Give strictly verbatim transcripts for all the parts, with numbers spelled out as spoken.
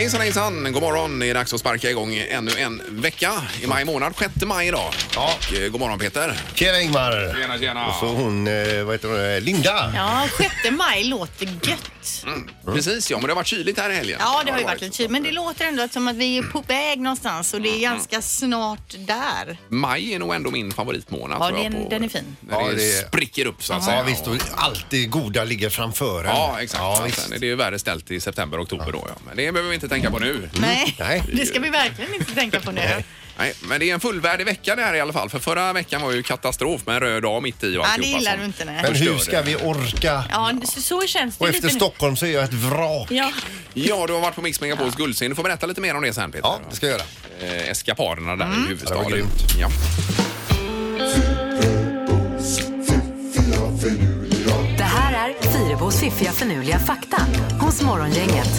Hejsan hejsan, god morgon. Det är dags att sparka igång ännu en vecka i maj månad, sjätte maj idag. Ja. Och, eh, god morgon Peter. Tjena Ingmar. Tjena, tjena. Och så hon, eh, vad heter hon, Linda. Ja, sjätte maj låter gött. Mm. Precis, ja, men det har varit kyligt här i helgen. Ja, det har ju varit lite kyligt. Men det låter ändå som att vi är på väg någonstans och det är ganska snart där. Maj är nog ändå min favoritmånad. Ja, tror jag, den, på, den är fin. När Ja, det, det- spricker upp så att Ja, säga. visst. Och allt det goda ligger framför en. Ja, exakt. Ja, Ja, visst. sen är det ju värre ställt i september och oktober då. Ja. Men det behöver vi inte tänka på nu. Nej, Nej. det ska vi verkligen inte tänka på nu. Nej, men det är en fullvärdig vecka det här i alla fall. För förra veckan var ju katastrof med en röd dag mitt i och Ja, det alltihopa gillar som du inte, nej. Men hur förstörde. ska vi orka? Ja, så, så känns det Och lite efter nu. Stockholm så är jag ett vrak. Ja, Ja, du har varit på Mix Megapols guldscen. Du får berätta lite mer om det sen, Peter. Ja, det ska jag göra. Eh, eskapaderna där Mm. i huvudstaden. Ja, det var grymt. Ja. Det här är Fyrebos fiffiga förnuliga fakta hos Morgongänget.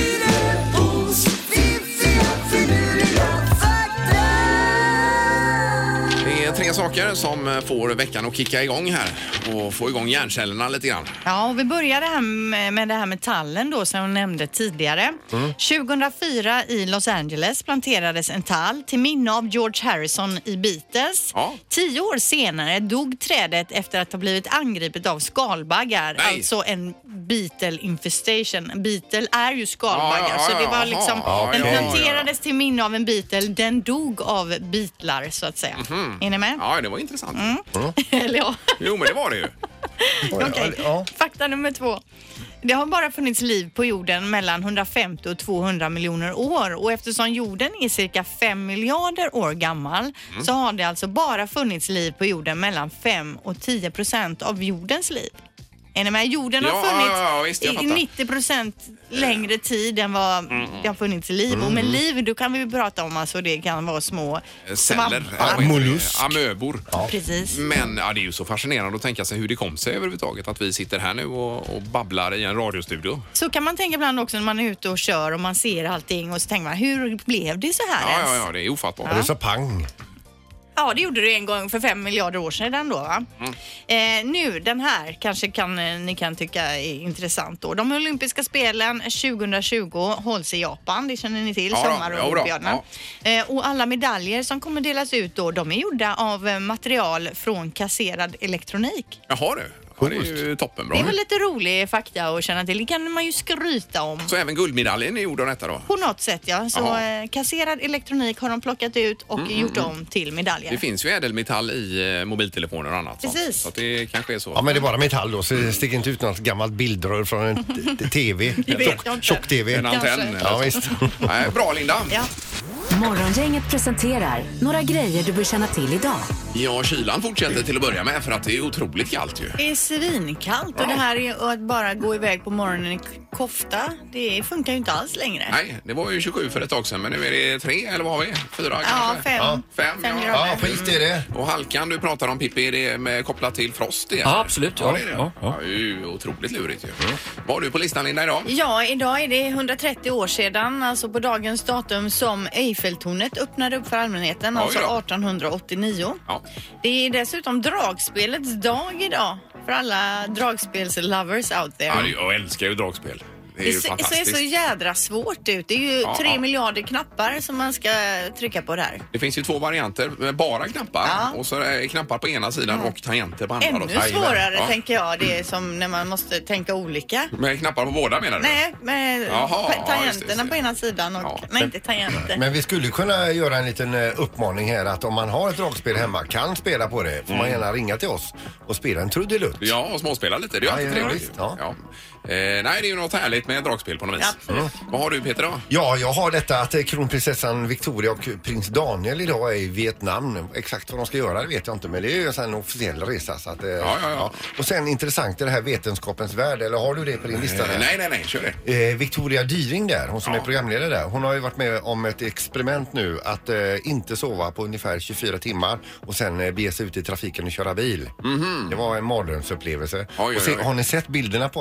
Det är tre saker som får veckan att kicka igång här och få igång hjärncellerna lite grann. ja och vi börjar det här med, med det här metallen då som jag nämnde tidigare. tjugohundrafyra i Los Angeles planterades en tall till minne av George Harrison i Beatles. Ja. Tio år senare dog trädet efter att ha blivit angripet av skalbaggar. Nej. Alltså en beetle infestation. En beetle är ju skalbaggar. Ja, ja, så det var ja, liksom, ja, den okej. planterades till minne av en beetle. Den dog av beetlar så att säga. Är ni med? Ja, det var intressant. Eller ja. Jo, men det var det ju. Okej. Ja. Fakta nummer två. Det har bara funnits liv på jorden mellan hundrafemtio och tvåhundra miljoner år och eftersom jorden är cirka fem miljarder år gammal så har det alltså bara funnits liv på jorden mellan fem och tio procent av jordens liv. Är ni med? Jorden har Ja, funnits ja, ja, visst, jag i fattar. nittio procent längre tid än vad det har funnits liv. Och med liv, då kan vi ju prata om alltså det kan vara små Celler. svampar. Ja, Mollusk. Amöbor. Precis. Men ja, det är ju så fascinerande att tänka sig hur det kom sig överhuvudtaget att vi sitter här nu och, och babblar i en radiostudio. Så kan man tänka ibland också när man är ute och kör och man ser allting och så tänker man, hur blev det så här Ja, ens? ja, ja, det är ofattbart. Och det är så pang. Ja, det gjorde det en gång för fem miljarder år sedan då va? Mm. Eh, nu, den här kanske kan, eh, ni kan tycka är intressant då. De olympiska spelen tjugohundratjugo hålls i Japan, det känner ni till, Ja då, sommarolympiaderna. ja Eh, och alla medaljer som kommer delas ut då, de är gjorda av eh, material från kasserad elektronik. Jaha du. Ja, det är ju toppenbra. Det är väl lite rolig fakta att känna till, det kan man ju skryta om. Så även guldmedaljen är gjord av detta då? På något sätt ja. Så Jaha. eh, kasserad elektronik har de plockat ut och gjort om till medaljer. Det finns ju ädelmetall i eh, mobiltelefoner och annat. sånt. Precis. Så att det kanske är så. Ja, men det är bara metall då, så det sticker inte ut något gammalt bildrör från en t- t- tv. Det vet jag inte. Tjock-tv. En antenn. Kanske. eller Ja, så. visst. Nej, bra Linda. Ja. Morgongänget presenterar några grejer du bör känna till idag. Ja, kylan fortsätter till att börja med för att det är otroligt kallt ju. Det är svinkallt och det här är att bara gå iväg på morgonen i kofta, det funkar ju inte alls längre. Nej, det var ju tjugosju för ett tag sedan, men nu är det tre eller vad har vi? Fyra Ja, kanske? fem. Ja, fem, Fem ja. grader. Ja, skit är det. Och halkan du pratar om Pippi, är det med, kopplat till frost? Det, Ja, absolut. Ja, Ja, det är det. ja, ja. Ja, det är ju otroligt lurigt ju. Vad har du på listan Linda idag? Ja, idag är det hundratrettio år sedan, alltså på dagens datum, som Eiffeltornet öppnade upp för allmänheten, Oj alltså då. artonhundraåttionio. Ja. Det är dessutom dragspelets dag idag för alla dragspelslovers out there. Ja, det- jag älskar ju dragspel. Det är Det ju ser, fantastiskt. ser så jädra svårt ut. Det är ju Ja, tre ja. miljarder knappar som man ska trycka på där. Det finns ju två varianter med bara knappar Ja. och så är det knappar på ena sidan och tangenter på andra. Ännu då. Jajamän. svårare Ja. tänker jag. Det är som när man måste tänka olika. Med knappar på båda menar du? Nej, med Jaha, ja, just det, tangenterna just det. på ena sidan och... Ja. Nej, inte tangenter. Men vi skulle kunna göra en liten eh, uppmaning här att om man har ett dragspel hemma, kan spela på det, får man gärna ringa till oss och spela en trudelutt. Ja, och småspela lite. Det är ju Ja, alltid ja, trevligt. visst, ja. Ja. Eh, nej, det är ju något härligt med dragspel på något vis. Absolut. Vad har du Peter då? Ja, jag har detta att eh, kronprinsessan Victoria och prins Daniel idag är i Vietnam. Exakt vad de ska göra det vet jag inte, men det är ju en sån här officiell resa. Så att, eh, ja, ja. Och sen intressant är det här vetenskapens värld, eller har du det på din lista? Eh, där? nej, nej, nej, kör det. Eh, Victoria Dyring där, hon som Ja. är programledare där, hon har ju varit med om ett experiment nu att eh, inte sova på ungefär tjugofyra timmar och sen eh, bege sig ut i trafiken och köra bil. Det var en mardrömsupplevelse. Oj, oj, Och se, oj. har ni sett bilderna på henne när hon sitter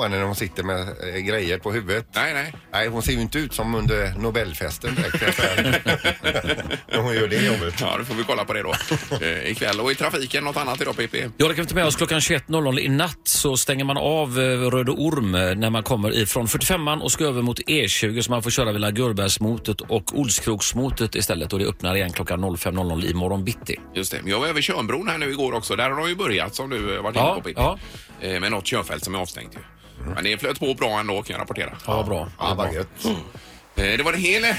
sitter med eh, grejer på huvudet. Nej, nej. Nej, hon ser ju inte ut som under Nobelfesten direkt. När hon gör det jobbet. Ja, då får vi kolla på det då eh, ikväll. Och i trafiken, något annat idag, Pippi? Ja, det kan vi ta med oss klockan tjugoett noll noll i natt så stänger man av eh, Röde Orm eh, när man kommer ifrån fyrtiofemman och ska över mot E tjugo så man får köra vid Gullbergsmotet och Olskroksmotet istället och det öppnar igen klockan noll fem noll noll i morgon bitti. Just det. Jag var över Tjörnbron här nu igår också. Där har de ju börjat som du varit inne Ja, på, Pippi. ja. Eh, med något körfält som är avstängt ju. Men det flöt på bra ändå, kan jag rapportera. Ja, bra. Ja, vad gött. Eh, det var det hela.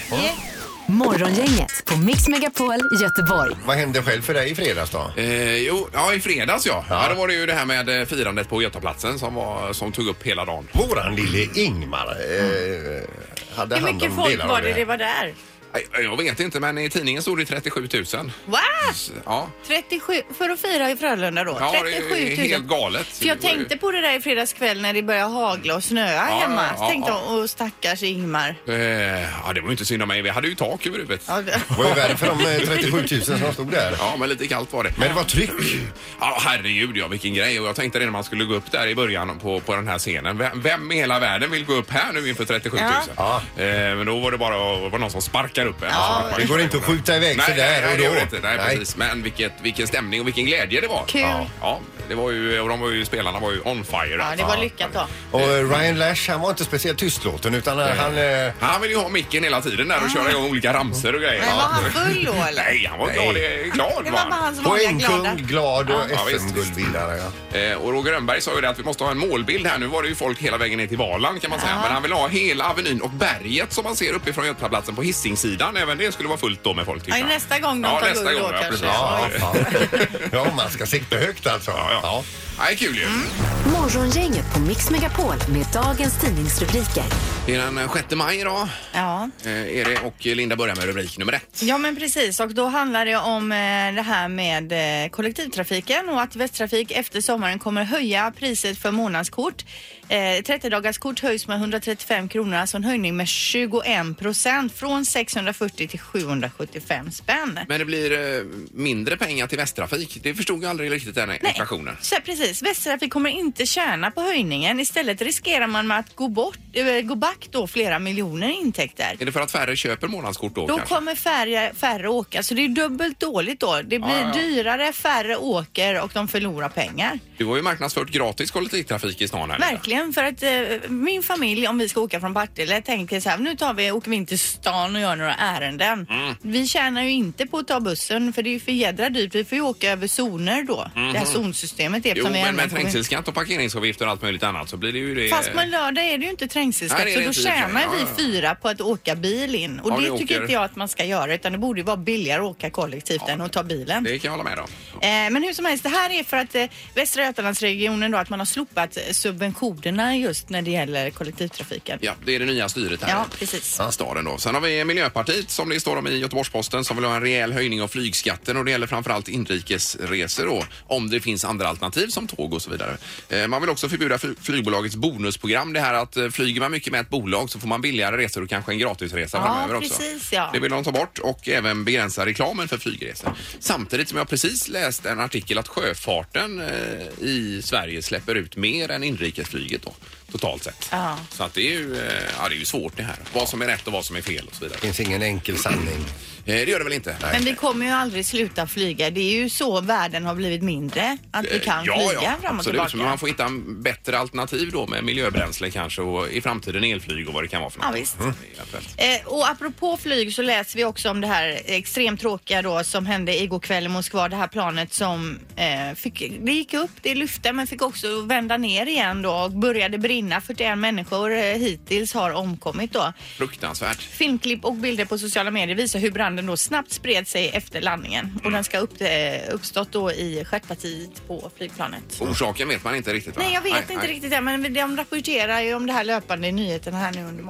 Morgongänget på Mix Megapol Göteborg. Vad hände själv för dig i fredags då? Eh, jo, ja, i fredags ja. ja. Då var det ju det här med eh, firandet på Götaplatsen som, var, som tog upp hela dagen. Våran lille Ingmar eh, hade Hur hand mycket om folk delar var av det det var där? Nej, jag vet inte, men i tidningen stod det trettiosju tusen. Va? Ja, trettiosju för att fira i Frölunda då? ja det trettiosju är tusen. helt galet. För jag Det var ju- tänkte på det där i fredags kväll när det började hagla och snöa Ja, hemma. ja, Så tänkte ja. jag, åh stackars Ingmar. Eh, ja, det var ju inte synd om mig. Vi hade ju tak över huvudet. Ja, det... Det var ju värre för de eh, trettiosju tusen som stod där. Ja, men lite kallt var det. Men det var tryck. Ja, herregud, ja, vilken grej. Och jag tänkte det när man skulle gå upp där i början på, på den här scenen. Vem, vem i hela världen vill gå upp här nu inför trettiosju tusen? Ja. Eh, men då var det bara det var någon som sparkar upp en. Ja. Det går inte att skjuta iväg Nej, så där nej, nej, och det då. gör det inte. Nej, Nej. precis. Men vilket, vilken stämning och vilken glädje det var. Kul. Ja, ja, det var ju, och de var ju, spelarna var ju on fire. Ja, det var lyckat då. Och eh, Ryan Lash, han var inte speciellt tystlåten utan eh, han... Eh, Han ville ju ha micken hela tiden där och köra igång olika ramsor och grejer. Men var han full då eller? Nej, han var Nej. glad. Det är glad Det var var bara han. hans vanliga glada. Poängkung, glad och Ja, visst, S M-guldvinnare. Ja. Eh, och Roger Rönnberg sa ju det att vi måste ha en målbild här. Nu var det ju folk hela vägen ner till Valand kan man säga. Men han vill ha hela Avenyn och berget som man ser uppifrån Götaplatsen på Hisingssidan. Även det skulle vara fullt då med folk. Ja, nästa gång de ja, tar nästa guld gång, då ja, kanske. precis. Ja, ja. ja, man ska sikta högt alltså. Ja, ja. Nej, kul ju. Morgongänget på Mix Megapol med dagens tidningsrubriker. Det är den sjätte maj idag. Ja. Eh, är det, och Linda börjar med rubrik nummer ett. Ja men precis och då handlar det om eh, det här med eh, kollektivtrafiken och att Västtrafik efter sommaren kommer höja priset för månadskort. Eh, trettio dagars kort höjs med hundratrettiofem kronor, alltså en höjning med tjugoen procent från sexhundrafyrtio till sjuhundrasjuttiofem spänn. Men det blir eh, mindre pengar till Västtrafik. Det förstod jag aldrig riktigt den ekvationen. Så precis, Västtrafik kommer inte tjäna på höjningen. Istället riskerar man med att gå, bort, äh, gå back då flera miljoner intäkter. Är det för att färre köper månadskort då, Då kanske? kommer färre, färre åka, så det är dubbelt dåligt då. Det blir Ja, ja, ja. dyrare, färre åker och de förlorar pengar. Du har ju marknadsfört gratis kollektivtrafik i stan här. Linda. Verkligen, för att eh, min familj, om vi ska åka från Partille, tänker så här, nu tar vi, åker vi in till stan och gör några ärenden. Mm. Vi tjänar ju inte på att ta bussen, för det är ju för jädra dyrt. Vi får ju åka över zoner då. Det här zonsystemet är Mm-hmm. Jo, som vi men använder med på- trängselskatt och parkeringsavgifter och allt möjligt annat så blir det ju det... Fast på lördag är det ju inte trängselskatt, Nej, det är så det då inte i och för sig. tjänar Ja, vi ja. fyra på att åka bil in. Och Ja, det ni tycker åker- inte jag att man ska göra, utan det borde ju vara billigare att åka kollektivt än att ta bilen. Det kan jag hålla med om. Eh, men hur som helst, det här är för att eh, Västra Götalandsregionen då, att man har slopat eh, subventionerna just när det gäller kollektivtrafiken. Ja, det är det nya styret här. Ja, precis. i staden då. Sen har vi Miljöpartiet som det står om i Göteborgs-Posten som vill ha en rejäl höjning av flygskatten och det gäller framförallt inrikesresor då, om det finns andra alternativ som tåg och så vidare. Eh, man vill också förbjuda fly- flygbolagets bonusprogram. Det här att eh, flyger man mycket med ett bolag så får man billigare resor och kanske en gratisresa Ja, framöver också. precis, ja. Det vill de ta bort och även begränsa reklamen för flygresor. Samtidigt som jag precis läst en artikel att sjöfarten eh, i Sverige släpper ut mer än inrikesflyget då, totalt sett. Ja. Så att det är ju, eh, ja, det är ju svårt det här. Vad som är rätt och vad som är fel och så vidare. Det finns ingen enkel sanning. Eh, det gör det väl inte? Men vi kommer ju aldrig sluta flyga. Det är ju så världen har blivit mindre. Att vi kan Eh, ja, flyga ja, fram och absolut. tillbaka. Men man får hitta en bättre alternativ då med miljöbränsle kanske och i framtiden elflyg och vad det kan vara för Ja, något. visst. Mm. Eventuellt. Eh, och apropå flyg så läser vi också om det här extremt tråkiga då som hände igår kväll i Moskva. Det här planet som eh, fick, det gick upp, det lyfte men fick också vända ner igen då och började brinna. fyrtioen människor eh, hittills har omkommit då. Fruktansvärt. Filmklipp och bilder på sociala medier visar hur branden då snabbt spred sig efter landningen. Och den ska upp, eh, uppstått då i stjärtpartiet på flygplanet. Orsaken vet man inte riktigt, va? Nej, jag vet nej, inte nej. riktigt det, men de rapporterar ju om det här löpande i nyheterna här nu under morgonen.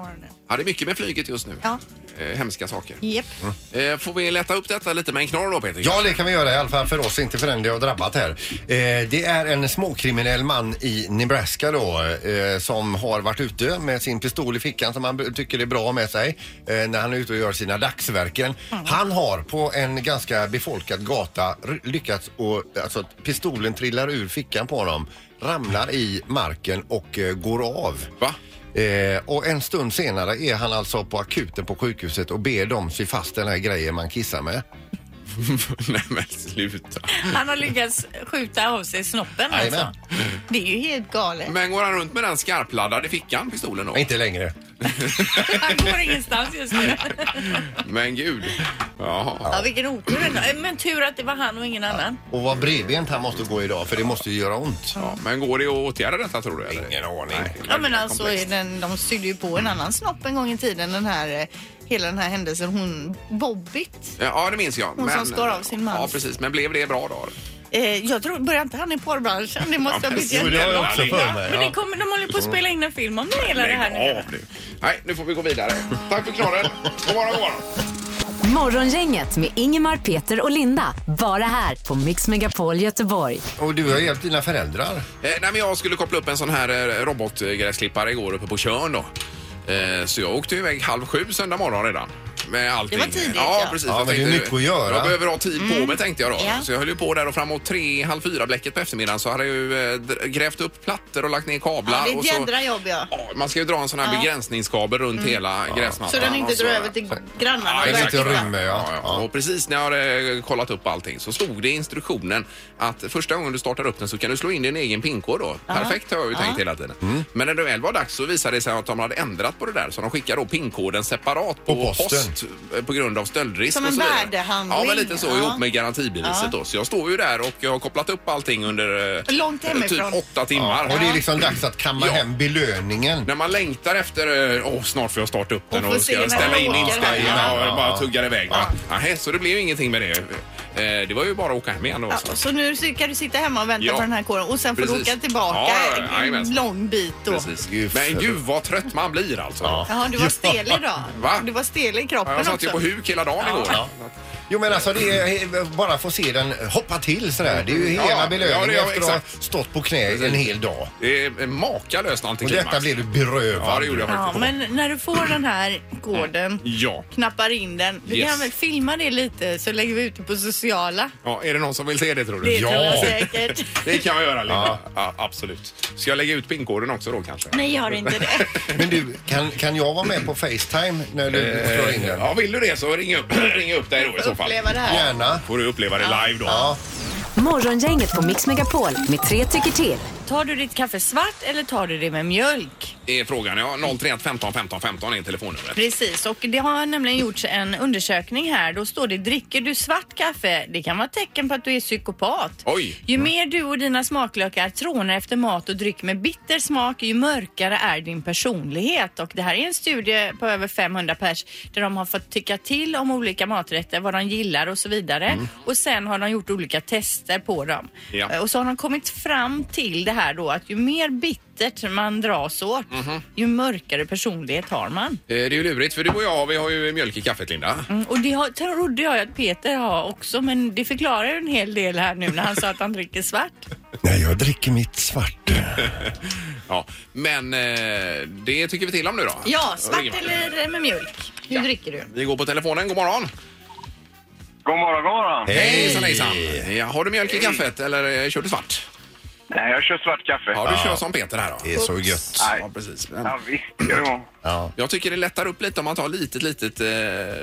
Ja, det är mycket med flyget just nu. Ja. Eh, hemska saker. Japp. Eh, får vi lätta upp detta lite med en knorr då, Peter? Ja, det kan vi göra i alla fall för oss, inte för den det har drabbat här. Eh, det är en småkriminell man i Nebraska då eh, som har varit ute med sin pistol i fickan som han tycker är bra med sig eh, när han är ute och gör sina dagsverken. Mm. Han har på en ganska befolkad gata lyckats och alltså pistolen trillar ur fickan på honom, ramlar i marken och eh, går av. Va? Eh, och en stund senare är han alltså på akuten på sjukhuset och ber dem sy fast den här grejen man kissar med. Nej men sluta. Han har lyckats skjuta av sig snoppen Amen. alltså. Det är ju helt galet. Men går han runt med den skarpladdade fickan, pistolen då? Inte längre. Han går ingenstans just nu. Men gud. Jaha. Ja, vilken otur ändå. Men tur att det var han och ingen annan. Och vad bredbent han måste gå idag, för det måste ju göra ont. Ja, men går det att åtgärda detta, tror du? Eller? Ingen aning. Nej, Ja, men det är alltså komplext. är den, de sydde ju på en annan snopp en gång i tiden, den här, eh, hela den här händelsen, hon, Bobbit. Ja, det minns jag. Hon som skar av sin mans. Ja, precis. Men blev det bra då? Eh, jag tror, börjar inte han i porrbranschen? Det måste Ja, ha blivit men så det har jag jättebra. också för mig. Men det Ja. kommer, de håller på att spela in en film om det hela det här Lägg nu. av nu. Nej, nu får vi gå vidare. Tack för knorren. God morgon, god morgon. Morgongänget med Ingemar, Peter och Linda. Bara här på Mix Megapol Göteborg. Och du har hjälpt dina föräldrar. Eh, nej, men jag skulle koppla upp en sån här eh, robotgräsklippare igår uppe på Tjörn då. Eh, så jag åkte iväg halv sju söndag morgon redan. Med allting. Det var tidigt, ja. ja. Precis. Ja, Jag men det är tänkte, mycket att göra. Jag behöver ha tid på mig, tänkte jag då. Ja. Så jag höll ju på där och framåt tre, halv fyra bläcket på eftermiddagen så hade jag ju eh, d- grävt upp plattor och lagt ner kablar. Ja, det är och ett så, jädra jobb, ja. ja, man ska ju dra en sån här Ja. begränsningskabel runt hela gräsmattan. Så den inte och så- drar över till grannarna. Ja, och exakt. börjar Inte klippa. rymmer, ja. Ja, ja. Och precis när jag hade kollat upp allting så stod det i instruktionen att första gången du startar upp den så kan du slå in din egen pinkod då. Perfekt har jag ju tänkt hela tiden. Men när det väl var dags så visade det sig att de hade ändrat på det där så de skickar då pinkoden separat på, På posten. post eh, på grund av stöldrisk Som och en så vidare. värdehandling. Ja, men lite så Ja. ihop med garantibeviset då. Så jag står ju där och jag har kopplat upp allting under eh, Långt hemifrån. typ åtta timmar. Och det är liksom dags att kamma Ja. hem belöningen. När man längtar efter, eh, åh snart får jag starta upp den Och och, få se ska när ställa den in åker. inställningarna Ja, och ja, bara ja. tuggar iväg. Va? Nähä, så det blev ju ingenting med det. Eh, det var ju bara att åka hem igen då. Ja, Så. så nu ska du sitta hemma och vänta Ja. på den här kåren och sen får Precis. du åka tillbaka Ja, ja, ja, en jajamensan. lång bit då. Precis. Gud, Men för- gud vad trött man blir alltså. Ja. Jaha, du var stel idag. Va? Du var stel i kroppen Jag satt ju också. på huk hela dagen igår. Jo, men alltså det är bara få se den hoppa till sådär. Det är ju hela Ja, belöningen ja, det är- efter att ha exakt. stått på knä en hel dag. Det är makalöst Och antiklimax. detta blir du berövad. Ja, det gjorde jag Ja, faktiskt. men när du får den här koden, Ja. knappar in den. Du Yes. kan väl filma det lite så lägger vi ut det på sociala. Ja, är det någon som vill se det tror du? Det ja. tror jag säkert. Det kan jag göra, Linda. Ja. absolut. Ska jag lägga ut pinkoden också då kanske? Nej, gör inte det. Men du, kan, kan jag vara med på FaceTime när du slår in den? Ja, vill du det så ring upp, ring upp dig då i så fall. Uppleva det här. Gärna. Får du uppleva det live då. Ja. Morgongänget på Mix Megapol med tre tycker till. Tar du ditt kaffe svart eller tar du det med mjölk? Det är frågan. Ja, noll tre ett femton femton femton är telefonnumret. Precis, och det har nämligen gjorts en undersökning här. Då står det, dricker du svart kaffe? Det kan vara ett tecken på att du är psykopat. Oj. Ju mer du och dina smaklökar trånar efter mat och dryck med bitter smak, ju mörkare är din personlighet. Och det här är en studie på över femhundra pers där de har fått tycka till om olika maträtter, vad de gillar och så vidare. Mm. Och sen har de gjort olika tester på dem. Ja. Och så har de kommit fram till det här då att ju mer bittert man dras åt, Mhm. ju mörkare personlighet har man. Eh, Det är ju lurigt för du och jag, vi har ju mjölk i kaffet, Linda. Mm, och det har, trodde jag att Peter har också, men det förklarar ju en hel del här nu när han sa att han dricker svart. Nej, jag dricker mitt svart. Ja, men eh, det tycker vi till om nu då. Ja, svart Ringer man. eller med mjölk. Hur Ja. dricker du? Vi går på telefonen. God morgon. God morgon, god morgon. Hejsan, hejsan. Ja, har du mjölk i kaffet eller eh, kör du svart? Nej, jag kör svart kaffe. Ja, du kör som Peter här då. Det är så gött. Nej. Ja, precis. Men Ja, visst ska det vara. Ja. jag tycker det lättar upp lite om man tar litet, litet eh,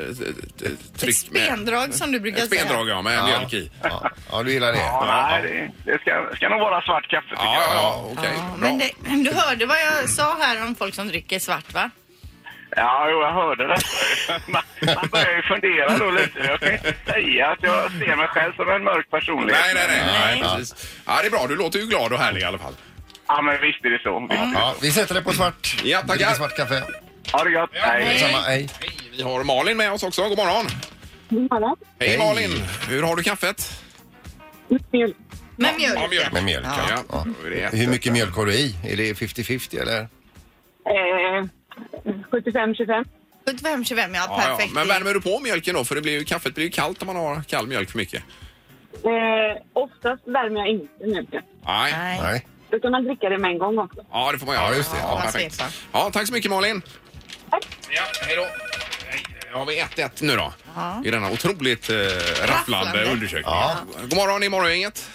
t- tryck Ett spendrag som du brukar Ett spendrag, säga. ja, med mjölk i. Ja. Ja, du gillar det? Ja, nej, det, det ska, ska nog vara svart kaffe tycker Ja, jag. ja, okej. Ja, Bra. men det, du hörde vad jag sa här om folk som dricker svart, va? Ja, jo, jag hörde det. Man, man börjar ju fundera då lite. Jag kan inte säga att jag ser mig själv som en mörk personlighet. Nej, nej, nej. nej. Nej. Precis. Ja, det är bra. Du låter ju glad och härlig i alla fall. Ja, men visst är det så. Visst. Ja, vi sätter det på svart. Ja, tackar. Dricker svart kaffe. Ha det gott. Hej. Samma, hej. Vi har Malin med oss också. God morgon. Hallå? Hej, Hej. Malin. Hur har du kaffet? Mjölk. Med mjölk. Ja, mjölk. Med mjölk, Ja, ja. då är det Hur mycket mjölk har du i? Är det femtio femtio eller? Eh, sjuttiofem tjugofem. sjuttiofem tjugofem, ja, Ja, perfekt. ja. Men värmer du på mjölken då? För det blir ju, kaffet blir ju kallt om man har kall mjölk för mycket. Eh, oftast värmer jag inte mjölken. Nej. Nej. Nej. Då kan man dricka det med en gång också. Ja, det får man göra. Ja, just det. Ja, Ja, perfekt. svepa. Ja, tack så mycket Malin. Tack. Ja, hej då. Hej. Då har vi ett ett nu då. Ja. I denna otroligt eh, rafflande, Rafflande. undersökning. Ja. God morgon i morgongänget.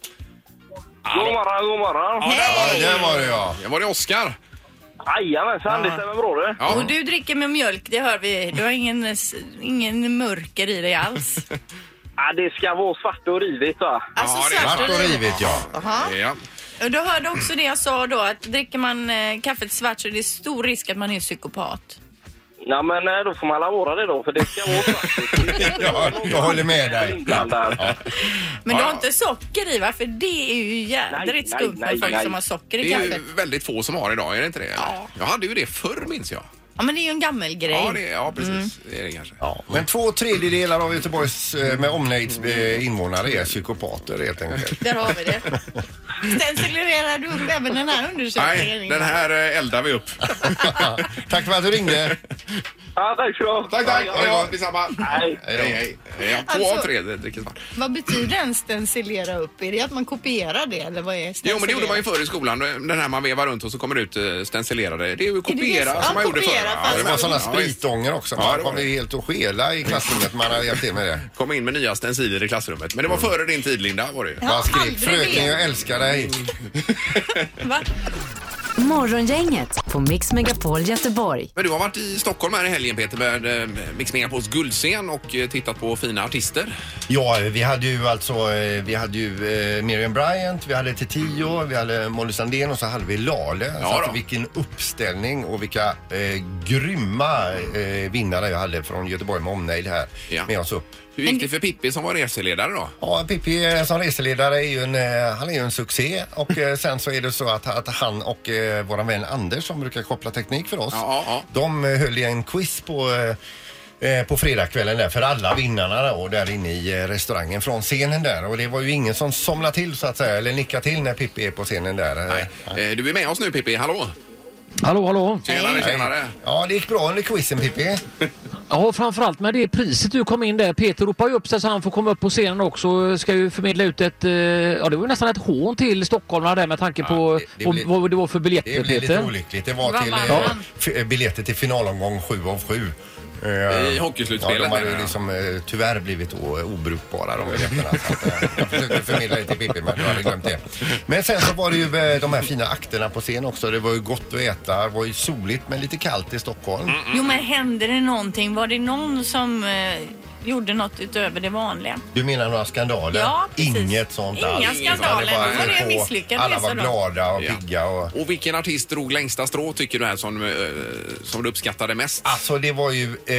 God morgon, god morgon. Ja, där, Ja, det var det ja. det var det Oskar. Jajamensan, det stämmer bra det. Ja. Och du dricker med mjölk, det hör vi. Du har ingen, ingen mörker i dig alls. Ja, det ska vara svart och rivigt va? Alltså Ja, det är svart Svart och rivigt ja. Jaha. Ja. Och du hörde också det jag sa då, att dricker man eh, kaffet svart så är det stor risk att man är psykopat. Ja, men eh, då får man alla vara det då, för det ska vara svart. Ja, jag håller med dig. Inblandad. Men du Ja, har ja. inte socker i, va? För det är ju jädrigt Nej, skumt nej, med folk nej. som har socker i Det är kaffet. ju väldigt få som har idag, är det inte det? Ja. Jag hade ju det förr minns jag. Ja, men det är ju en gammal grej. Ja, det, ja precis. Det är det kanske. Ja, men två tredjedelar av Göteborgs eh, med omnejds eh, invånare är psykopater helt enkelt. Där har vi det. Stencilerar du upp även den här undersökningen? Nej, den här eh, eldar vi upp. Tack för att du ringde. Ja, tack så du Tack, tack. Ha det gott. Detsamma. Hej. Hej, hej. Ja, två Alltså- av tre dricker svart. Vad betyder en stencilera upp? Är det att man kopierar det eller vad är stencilera? Jo, men det gjorde man ju förr i skolan. Den här man vevar runt och så kommer det ut eh, stencilerade. Det är ju kopiera det? som Ja, man gjorde förr. kopiera, va? fast- Det var sådana Ja, visst. spritånger också. Ja, Man det var kom ju det. helt och skela i klassrummet. Man hade hjälpt till med det. Kom in med nya stenciler i klassrummet. Men det var före din tid, Linda, var det ju. Ja. Man skrek aldrig fröken det. jag älskar dig. Va? Morgongänget på Mix Megapol Göteborg. Men du har varit i Stockholm här i helgen, Peter, med eh, Mix Megapols guldscen och eh, tittat på fina artister. Ja, vi hade ju alltså, eh, vi hade ju eh, Miriam Bryant, vi hade Tio, vi hade Molly Sandén och så hade vi Lale. Ja, så då. att vilken uppställning och vilka eh, grymma eh, vinnare jag hade från Göteborg med omnejd här Ja. med oss upp. Hur gick det för Pippi som var reseledare då? Ja, Pippi eh, som reseledare är ju en, eh, han är ju en succé och eh, sen så är det så att, att han och eh, våran vän Anders som brukar koppla teknik för oss, Ja, ja. de eh, höll i en quiz på eh, eh, på fredagskvällen där för alla vinnarna och där inne i eh, restaurangen från scenen där och det var ju ingen som somnade till så att säga eller nickade till när Pippi är på scenen där. Nej. Eh, Du är med oss nu, Pippi. Hallå? Hallå, hallå. Tjenare, tjenare. Ja, det gick bra under quizen Pippi. Ja, framförallt med det priset du kom in där. Peter ropar ju upp sig så han får komma upp på scenen också. Ska ju förmedla ut ett, eh, ja det var ju nästan ett hån till stockholmarna där med tanke på det- det vad- blir- vad det var för biljetter, Det blev lite Peter. olyckligt. Det var Vad till vann eh, han? f- biljetter till finalomgång sju av sju. Eh, I hockeyslutspelet, Ja, de menar hade jag. liksom eh, tyvärr blivit o- obrukbara de biljetterna. Så att, eh, jag försökte förmedla det till Pippi men du hade glömt det. Men sen så var det ju eh, de här fina akterna på scen också. Det var ju gott att äta. Det var ju soligt men lite kallt i Stockholm. Jo, men hände det någonting? Var det någon som eh, gjorde något utöver det vanliga? Du menar några skandaler? Ja, precis. Inget sånt Inga alls. skandaler. Utan Då var det en på- misslyckad Alla resa var då. glada och Ja. pigga. Och... Och vilken artist drog längsta strå tycker du här som, eh, som du uppskattade mest? Alltså det var ju,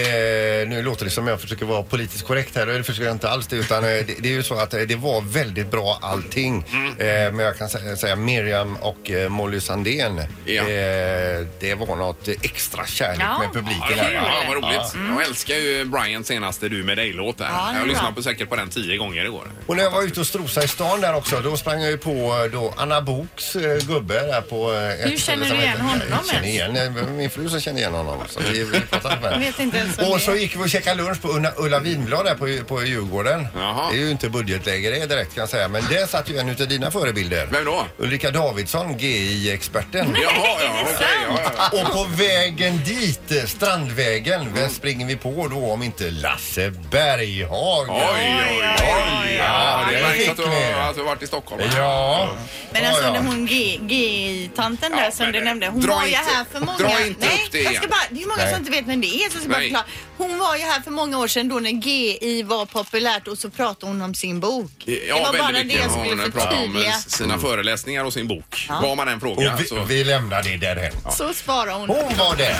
eh, nu låter det som jag försöker vara politiskt korrekt här och det försöker jag inte alls det utan eh, det, det är ju så att eh, det var väldigt bra allting. Eh, men jag kan säga, säga Miriam och eh, Molly Sandén. Ja. Eh, det var något extra kärlek Ja. med publiken. Ja, här. ja, vad roligt. Jag älskar ju Brians senaste Du med dig-låt där. Ja, det är jag har bra. lyssnat på säkert på den tio gånger igår. Och när jag var ute och strosade i stan där också, då sprang jag ju på eh, då Anna Boks eh, gubbe där på eh, ett Hur ställe känner som du igen heter- honom Jag känner ens? igen, eh, min fru som känner igen honom. Så vi, vi pratar inte med. Jag vet inte ens vem Och det så är. gick vi och käkade lunch på Ulla, Ulla Vinblad där på, på Djurgården. Jaha. Det är ju inte budgetläge det direkt kan jag säga. Men där satt ju en utav dina förebilder. Vem då? Ulrika Davidsson, G I-experten. Jaha, ja, okej. Ja, ja. Och på vägen dit, eh, Strandvägen, vem springer vi på då om inte Lasse Berghagen? Oj, oj, oj. Ja, det det märks fick att du, ni. har- att du har varit i Stockholm. Ja. Men Ja, alltså ja. det hon G- G I-tanten där Ja, som men du det- nämnde, hon dra var ju inte- här för många... dra inte Nej, upp det jag igen. ska bara, det är många Nej. som inte vet vem det är, så jag ska bara Nej. förklara. Hon var ju här för många år sedan då när G I var populärt och så pratade hon om sin bok. det Ja, var bara väldigt det mycket. jag skulle Hon pratar om förtydliga. eh, sina föreläsningar och sin bok. Vad man än frågar. Och vi, så. vi lämnar det därhen. Så sparar hon. Hon var det.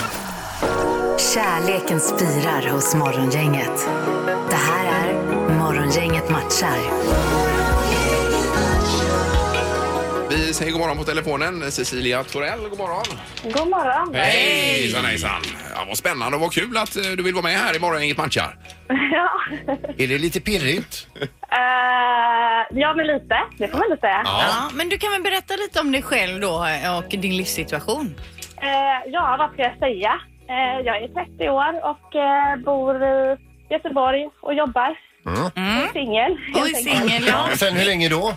Kärleken spirar hos Morgongänget. Det här är Morgongänget matchar. Vi säger god morgon på telefonen. Cecilia Torell, god morgon. God morgon. Hej! Hejsan, hejsan. Ja, vad spännande och vad kul att eh, du vill vara med här i Morgongänget matchar. Ja. Är det lite pirrigt? Eh, ja, men lite. Det får man väl säga. Ja, men du kan väl berätta lite om dig själv då och din livssituation? Eh, ja, vad ska jag säga? Eh, jag är trettio år och eh, bor i Göteborg och jobbar. Mm. Mm. Singel. Oj, singel, ja. Ja, sen hur länge då?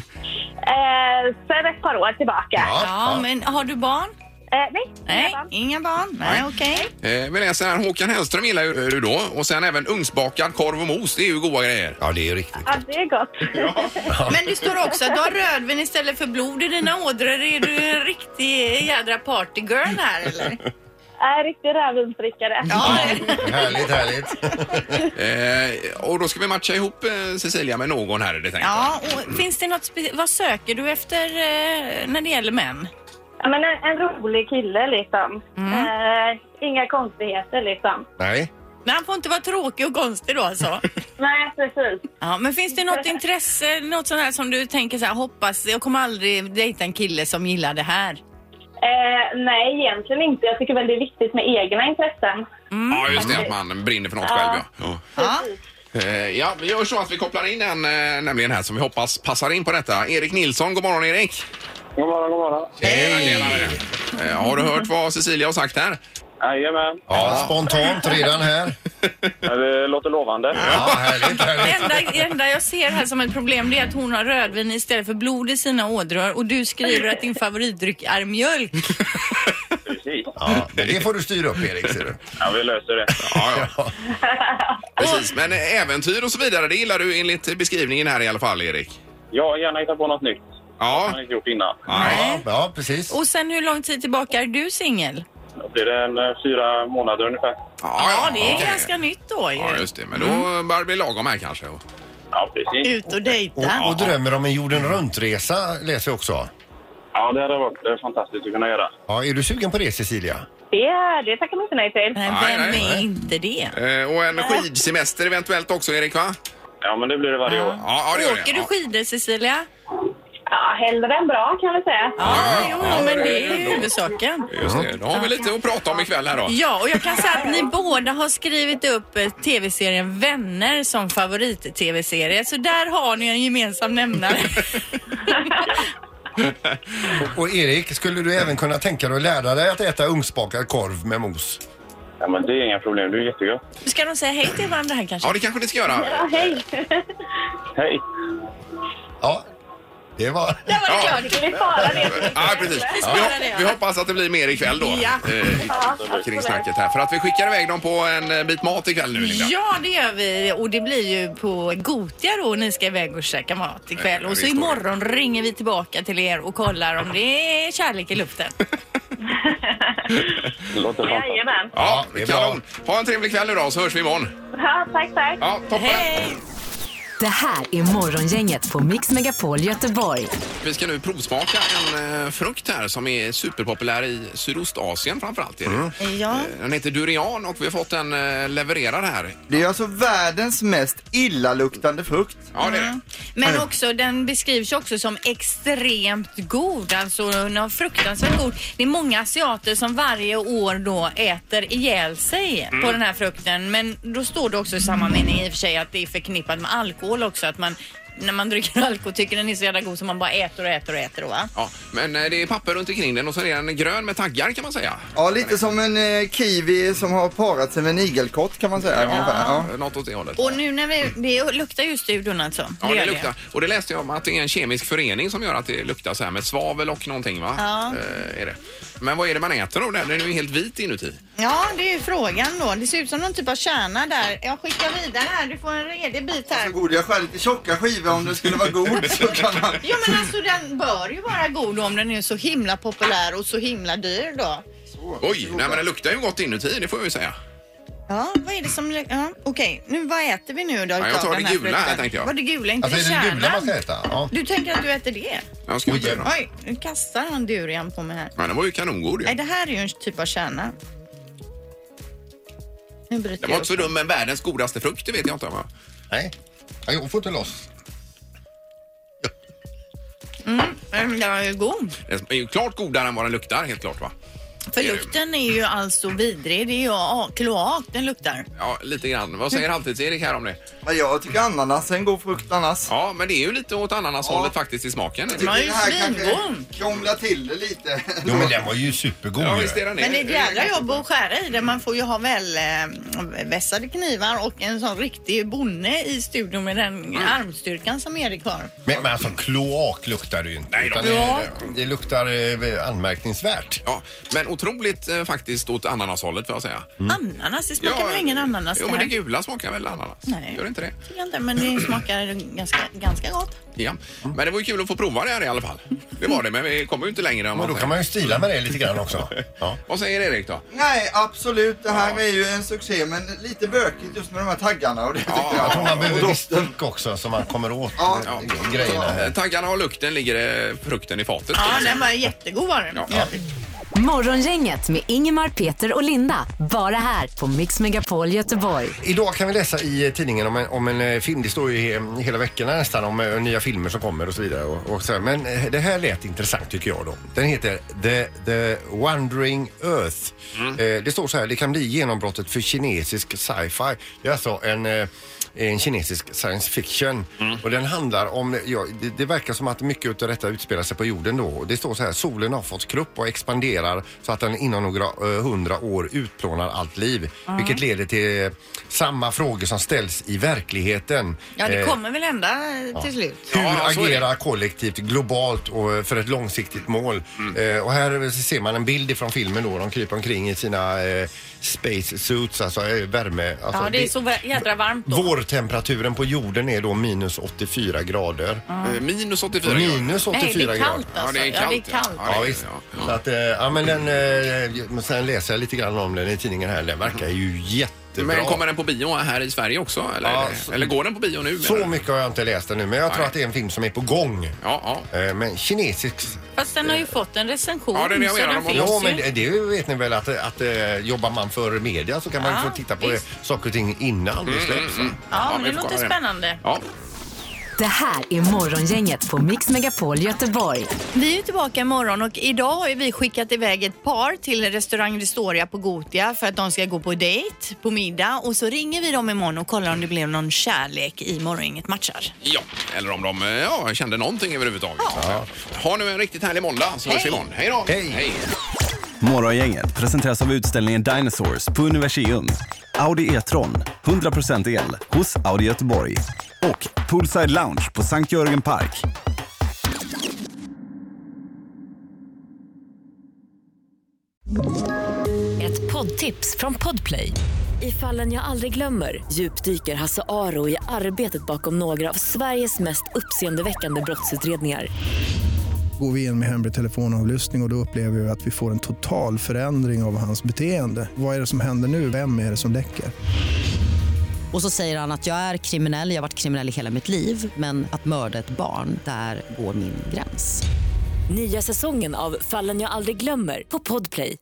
Eh, sen ett par år tillbaka. Ja, Ja, men har du barn? Eh, nej, Nej, redan. inga barn. Nej, okej. Eh, vi läser här, Håkan Hellström gillar ju du då. Och sen även ugnsbakad korv och mos, det är ju goda grejer. Ja, det är riktigt. Ja, det är gott. Men det står också att du har rödvin istället för blod i dina ådror. Är du en riktig jädra partygirl här, eller? Är riktig rödvinsdrickare. Ja, Härligt, härligt. Eh, och då ska vi matcha ihop eh, Cecilia med någon här, är det tänkt. ja, och finns det något spe- vad söker du efter eh, när det gäller män? Ja, men en, en rolig kille liksom. Eh, inga konstigheter liksom. Nej. Men han får inte vara tråkig och konstig då alltså. Nej, precis. Ja, men finns det något intresse, något sånt här som du tänker så här, hoppas, jag kommer aldrig dejta en kille som gillar det här? Eh, nej, egentligen inte. Jag tycker väl det är viktigt med egna intressen. Ja, just det, att man brinner för något själv. Ja. Ja. Eh, ja, vi gör så att vi kopplar in en eh, nämligen här som vi hoppas passar in på detta. Erik Nilsson, god morgon Erik. God morgon, god morgon. Hej! Eh, har du hört vad Cecilia har sagt här? Jajamän. Ja, spontant redan här. Det låter lovande. Ja, härligt, härligt. Det enda, det enda jag ser här som ett problem, det är att hon har rödvin istället för blod i sina ådror och du skriver att din favoritdryck är mjölk. Precis. Ja, men det får du styra upp, Erik, ser du. Ja, vi löser det. Ja, ja. Precis, men eh, äventyr och så vidare, det gillar du enligt beskrivningen här i alla fall, Erik. Ja, gärna hitta på något nytt. Ja. Jag har inte gjort innan. Ja, ja, precis. Och sen hur lång tid tillbaka är du singel? Då blir det en eh, fyra månader ungefär. Ja, det är okej. ganska nytt då ju. Ja, just det. Men då börjar det bli lagom här kanske. Ja, precis. Ut och dejta. Och, och drömmer om en jorden runt-resa läser jag också. Ja, det hade varit eh, fantastiskt att kunna göra. Ja, är du sugen på det, Cecilia? Det, det tackar man inte nej till. Nej, Nej, vem nej, är nej. inte det? Eh, och en skidsemester eventuellt också, Erik, va? Ja, men det blir det varje år. Ja, ja det gör det. Åker du skidor, Cecilia? Ja, hellre än bra kan vi säga. Ja, jo, ja, men det det är är ju ändå. huvudsaken. Just det. Då har vi lite att prata om ikväll här då. Ja, och jag kan säga att ni båda har skrivit upp eh, tv-serien Vänner som favorit-tv-serie. Så där har ni en gemensam nämnare. Och Erik, skulle du även kunna tänka dig att lära dig att äta ugnsbakad korv med mos? Ja, men det är inga problem. Du är jättegott. Ska de säga hej till varandra här kanske? Ja, det kanske ni ska göra. Ja, hej. Hej! Ja, det var... Där var det Ja. klart. Ska vi spara det? Ja, precis. Vi Vi, sparar hop- det, ja. vi hoppas att det blir mer ikväll då. Ja. Eh, kring snacket här. För att vi skickar iväg dem på en eh, bit mat ikväll nu, Linda. Ja, det gör vi. Och det blir ju på Gotia då. Ni ska iväg och käka mat ikväll. Ja, Och så det står imorgon ringer vi tillbaka till er och kollar om det är kärlek i luften. Det låter fantastiskt. Jajamän. Ja, det är kanon. Ha en trevlig kväll nu då, så hörs vi imorgon. Ja, tack, tack. Ja, toppen. Hej! Det här är Morgongänget på Mix Megapol Göteborg. Vi ska nu provsmaka en eh, frukt här som är superpopulär i Sydostasien framförallt. Mm. Ja. Den heter durian och vi har fått den eh, levererad här. Det är alltså världens mest illaluktande frukt. Ja, det är det. Men också, den beskrivs ju också som extremt god. Alltså den har fruktansvärt god. Det är många asiater som varje år då äter ihjäl sig på den här frukten. Men då står det också i samma mening i och för sig att det är förknippat med alkohol också. Att man, när man dricker alkohol tycker den är så jävla god som man bara äter och äter och äter då, va? Ja, men eh, det är papper runt omkring den och så är den grön med taggar kan man säga. Ja, lite som en eh, kiwi som har parat sig med en igelkott kan man säga. ungefär. Ja. Ja. Något åt det hållet. Och nu när vi, det luktar ju studion alltså. Ja, det gör luktar. Och det läste jag om att det är en kemisk förening som gör att det luktar så här med svavel och någonting, va? Ja. Eh, är det. Men vad är det man äter då? Den är ju helt vit inuti. Ja, det är ju frågan då. Det ser ut som någon typ av kärna där. Jag skickar vidare här. Du får en redig bit här. Så god, jag skär lite tjocka skivor om det skulle vara god så kan man... Ja, men alltså den bör ju vara god om den är så himla populär och så himla dyr då. Oj, nej men den luktar ju gott inuti, det får jag ju säga. Ja, vad är det som... Ja, okej. Nu, vad äter vi nu då? jag utav tar det den här gula här, frukten? tänkte jag. Vad är det gula? Inte Alltså det är det det gula man kärnan? ska äta? Ja. Du tänker att du äter det? Jag ska Oj, inte då. Oj, nu kastar han durian på mig här. Men den var ju kanongod ju. Nej, det här är ju en typ av kärna. Nu bryter Den var jag inte så upp. dum, men världens godaste frukt, det vet jag inte om. Nej, ja, jag får inte loss. Mm, den är ju god. Den är ju klart godare än vad den luktar, helt klart, va? För lukten är ju alltså vidrig. Det är ju ja, kloak den luktar. Ja, lite grann. Vad säger Halvtids-Erik här om det? Ja, jag tycker ananas är en god frukt annars. Ja, men det är ju lite åt ananashållet ja. faktiskt i smaken. Den var ju svingod. Krångla till det lite. Jo, men den var ju supergod. Ja, visst är den det. Men det är ett jävla jobb att skära i det. Man får ju ha väl eh, vässade knivar och en sån riktig bonne i studion med den mm. armstyrkan som Erik har. Men, men alltså kloak luktar det ju inte. Nej, det, det luktar eh, anmärkningsvärt. Ja, men otroligt eh, faktiskt åt ananashållet får jag säga. Mm. Ananas? Det smakar ja, väl ingen ananas? Jo, men det gula smakar väl ananas? Nej. Gör det inte det? Jag inte, men det smakar ganska, ganska gott. Ja, men det var ju kul att få prova det här i alla fall. Det var det, men vi kommer ju inte längre. Men då kan man ju stila med det lite grann också. Ja. Vad säger Erik då? Nej, absolut. Det här ja. är ju en succé, men lite bökigt just med de här taggarna. Och det ja, jag tror man behöver stick också så man kommer åt ja. grejerna här. Taggarna och lukten ligger frukten i fatet. Ja, den var jättegod var den. Ja. Ja. Morgongänget med Ingemar, Peter och Linda. Bara här på Mix Megapol Göteborg. Idag kan vi läsa i tidningen om en, om en film. Det står ju hela veckorna nästan om uh, nya filmer som kommer och så vidare. Och, och så. Men uh, det här lät intressant tycker jag då. Den heter The, The Wandering Earth. Mm. Uh, det står så här, det kan bli genombrottet för kinesisk sci-fi. Det är alltså en... Uh, en kinesisk science fiction. Mm. Och den handlar om, ja, det, det verkar som att mycket av detta utspelar sig på jorden då. Det står så här, solen har fått krupp och expanderar så att den inom några uh, hundra år utplånar allt liv. Mm. Vilket leder till uh, samma frågor som ställs i verkligheten. Ja, det kommer uh, väl ända uh, till slut. Hur ja, agera kollektivt, globalt och för ett långsiktigt mål. Mm. Uh, och här ser man en bild från filmen då. De kryper omkring i sina uh, space suits, alltså uh, värme. Alltså, ja, det är så jädra varmt då. Vårtemperaturen på jorden är då minus åttiofyra grader. Mm. Minus åttiofyra grader? Minus åttiofyra Nej, det är kallt grader. alltså. Ja, det är kallt. Ja, det är kallt. Ja, ja, visst. Ja. Så att, ja, men den, eh, sen läser jag lite grann om den i tidningen här. Den verkar ju jättebra. Men kommer den på bio här i Sverige också? Eller, ja, så, eller går den på bio nu? Så mycket har jag inte läst den nu, men jag Nej. tror att det är en film som är på gång. Ja, ja. Men kinesisk... Fast den har ju fått en recension. Ja, det är det jag menar. Den ja, men det, det vet ni väl att, att, att jobbar man för media så kan man ja, få titta på visst. saker och ting innan det släpps. Mm, mm. Ja, men det låter spännande. Ja. Det här är Morgongänget på Mix Megapol Göteborg. Vi är tillbaka imorgon och idag har vi skickat iväg ett par till restaurang Restoria på Gotia för att de ska gå på dejt, på middag. Och så ringer vi dem imorgon och kollar om det blev någon kärlek i Morgongänget matchar. Ja, eller om de ja, kände någonting överhuvudtaget. Ja. Ha nu en riktigt härlig måndag så hörs vi imorgon. Hej då! Hej! Hej. Morgongänget presenteras av utställningen Dinosaurs på Universium. Audi E-tron, hundra procent el hos Audi Göteborg. Och Poolside Lounge på Sankt Jörgen Park. Ett poddtips från Podplay. I Fallen jag aldrig glömmer djupdyker Hasse Aro i arbetet bakom några av Sveriges mest uppseendeväckande brottsutredningar. Går vi in med hemlig telefonavlyssning och, och då upplever vi att vi får en total förändring av hans beteende. Vad är det som händer nu? Vem är det som läcker? Och så säger han att jag är kriminell, jag har varit kriminell i hela mitt liv. Men att mörda ett barn, där går min gräns. Nya säsongen av Fallen jag aldrig glömmer på Podplay.